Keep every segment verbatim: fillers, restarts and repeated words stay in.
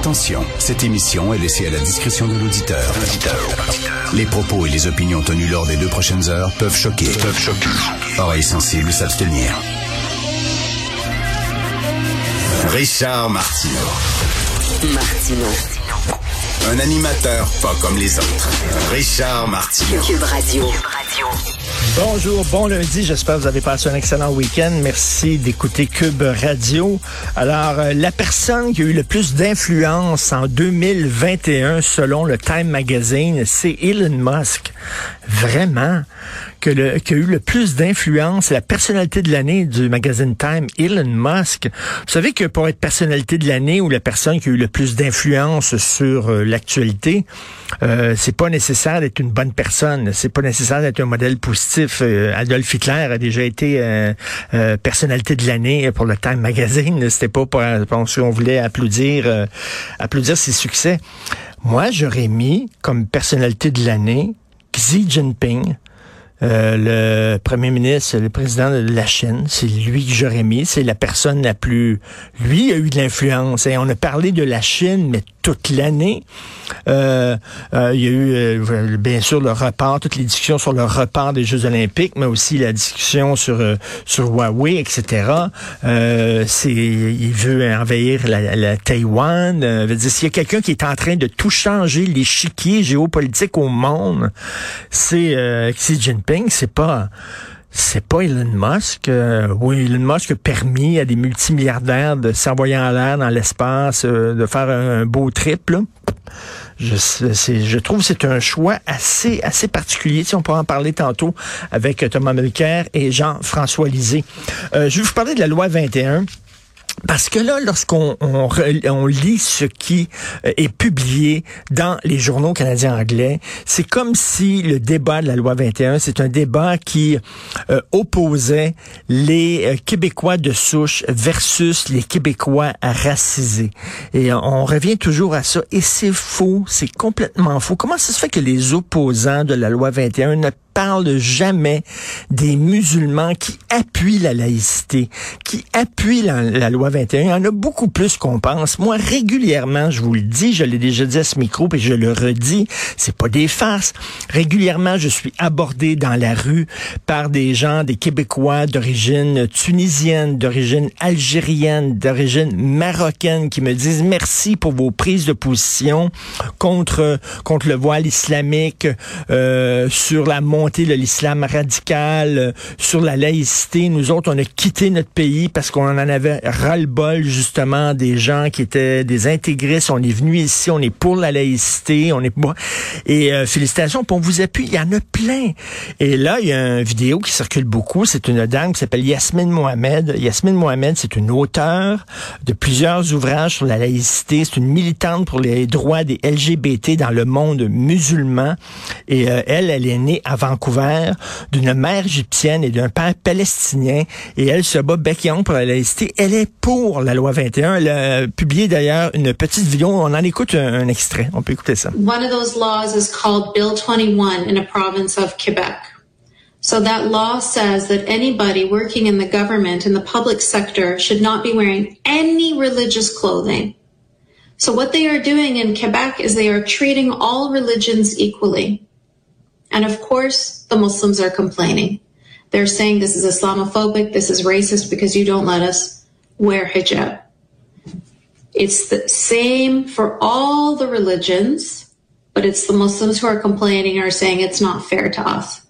Attention, cette émission est laissée à la discrétion de l'auditeur. Les propos et les opinions tenues lors des deux prochaines heures peuvent choquer. Peuvent choquer. Oreilles sensibles s'abstenir. Richard Martineau. Martineau. Un animateur pas comme les autres. Richard Martineau. Cube Radio. Bonjour, bon lundi. J'espère que vous avez passé un excellent week-end. Merci d'écouter Cube Radio. Alors, euh, la personne qui a eu le plus d'influence en deux mille vingt et un, selon le Time Magazine, c'est Elon Musk. Vraiment, que le, qui a eu le plus d'influence, c'est la personnalité de l'année du magazine Time, Elon Musk. Vous savez que pour être personnalité de l'année ou la personne qui a eu le plus d'influence sur euh, l'actualité, euh, c'est pas nécessaire d'être une bonne personne. C'est pas nécessaire d'être un modèle positif. Euh, Adolf Hitler a déjà été euh, euh, personnalité de l'année pour le Time Magazine. C'était pas parce qu'on voulait applaudir, euh, applaudir ses succès. Moi, j'aurais mis comme personnalité de l'année Xi Jinping. Euh, le premier ministre, le président de la Chine, c'est lui que j'aurais mis. C'est la personne la plus... Lui a eu de l'influence. Et on a parlé de la Chine, mais toute l'année. Euh, euh, il y a eu, euh, bien sûr, le report, toutes les discussions sur le report des Jeux olympiques, mais aussi la discussion sur euh, sur Huawei, et cetera. Euh, c'est, il veut envahir la, la Taïwan. Euh, veut dire, s'il y a quelqu'un qui est en train de tout changer l'échiquier géopolitique au monde, c'est euh, Xi Jinping. C'est pas... C'est pas Elon Musk. Euh, oui, Elon Musk a permis à des multimilliardaires de s'envoyer en l'air dans l'espace, euh, de faire un, un beau trip, là. Je, c'est, je trouve que c'est un choix assez assez particulier. Si on pourra en parler tantôt avec Thomas Mulcair et Jean-François Lisée. Euh, je vais vous parler de la loi vingt et un. Parce que là, lorsqu'on on, on lit ce qui est publié dans les journaux canadiens anglais, c'est comme si le débat de la loi vingt et un, c'est un débat qui euh, opposait les euh, Québécois de souche versus les Québécois racisés. Et on, on revient toujours à ça. Et c'est faux, c'est complètement faux. Comment ça se fait que les opposants de la loi vingt et un ne parle jamais des musulmans qui appuient la laïcité, qui appuient la, la loi vingt et un. Il y en a beaucoup plus qu'on pense. Moi, régulièrement, je vous le dis, je l'ai déjà dit à ce micro, puis je le redis, c'est pas des farces. Régulièrement, je suis abordé dans la rue par des gens, des Québécois d'origine tunisienne, d'origine algérienne, d'origine marocaine, qui me disent merci pour vos prises de position contre contre le voile islamique, euh, sur la montée de l'islam radical, euh, sur la laïcité. Nous autres, on a quitté notre pays parce qu'on en avait ras-le-bol, justement, des gens qui étaient des intégristes. On est venus ici, on est pour la laïcité, on est pour... Et euh, félicitations, puis on vous appuie. Il y en a plein. Et là, il y a une vidéo qui circule beaucoup. C'est une dame qui s'appelle Yasmine Mohamed. Yasmine Mohamed, c'est une auteure de plusieurs ouvrages sur la laïcité. C'est une militante pour les droits des L G B T dans le monde musulman. Et euh, elle, elle est née avant Vancouver, d'une mère égyptienne et d'un père palestinien, et elle se bat bec et ongle pour la laïcité. Elle est pour la loi vingt et un. Elle a publié d'ailleurs une petite vidéo. On en écoute un, un extrait. On peut écouter ça. One of those laws is called Bill twenty-one in a province of Quebec. So that law says that anybody working in the government in the public sector should not be wearing any religious clothing. So what they are doing in Quebec is they are treating all religions equally. And of course, the Muslims are complaining. They're saying this is Islamophobic, this is racist because you don't let us wear hijab. It's the same for all the religions, but it's the Muslims who are complaining or saying it's not fair to us.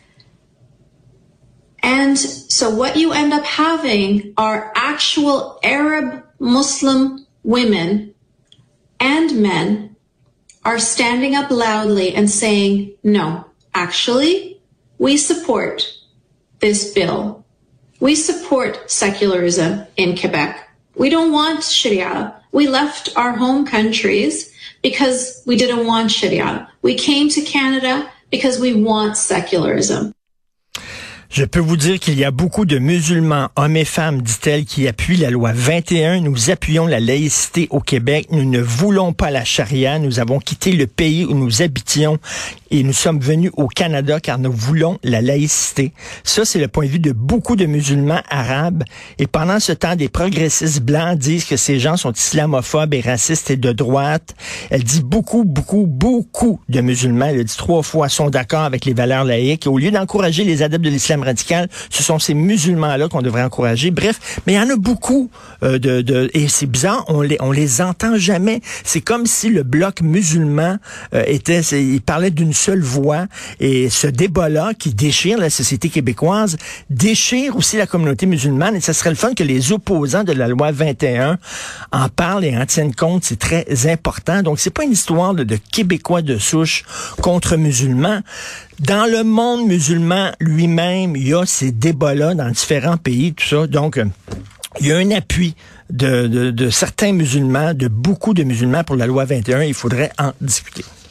And so what you end up having are actual Arab Muslim women and men are standing up loudly and saying, no, actually, we support this bill. We support secularism in Quebec. We don't want Sharia. We left our home countries because we didn't want Sharia. We came to Canada because we want secularism. Je peux vous dire qu'il y a beaucoup de musulmans, hommes et femmes, dit-elle, qui appuient la loi vingt et un. Nous appuyons la laïcité au Québec. Nous ne voulons pas la charia. Nous avons quitté le pays où nous habitions et nous sommes venus au Canada car nous voulons la laïcité. Ça, c'est le point de vue de beaucoup de musulmans arabes. Et pendant ce temps, des progressistes blancs disent que ces gens sont islamophobes et racistes et de droite. Elle dit beaucoup, beaucoup, beaucoup de musulmans, elle a dit trois fois, sont d'accord avec les valeurs laïques. Et au lieu d'encourager les adeptes de l'islam radical, ce sont ces musulmans-là qu'on devrait encourager. Bref, mais il y en a beaucoup euh, de, de et c'est bizarre, on les on les entend jamais. C'est comme si le bloc musulman euh, était, il parlait d'une seule voix, et ce débat-là qui déchire la société québécoise déchire aussi la communauté musulmane, et ça serait le fun que les opposants de la loi vingt et un en parlent et en tiennent compte. C'est très important. Donc c'est pas une histoire de, de Québécois de souche contre musulmans. Dans le monde musulman lui-même, il y a ces débats-là dans différents pays, tout ça. Donc, euh, il y a un appui de, de, de certains musulmans, de beaucoup de musulmans pour la loi vingt et un. Il faudrait en discuter.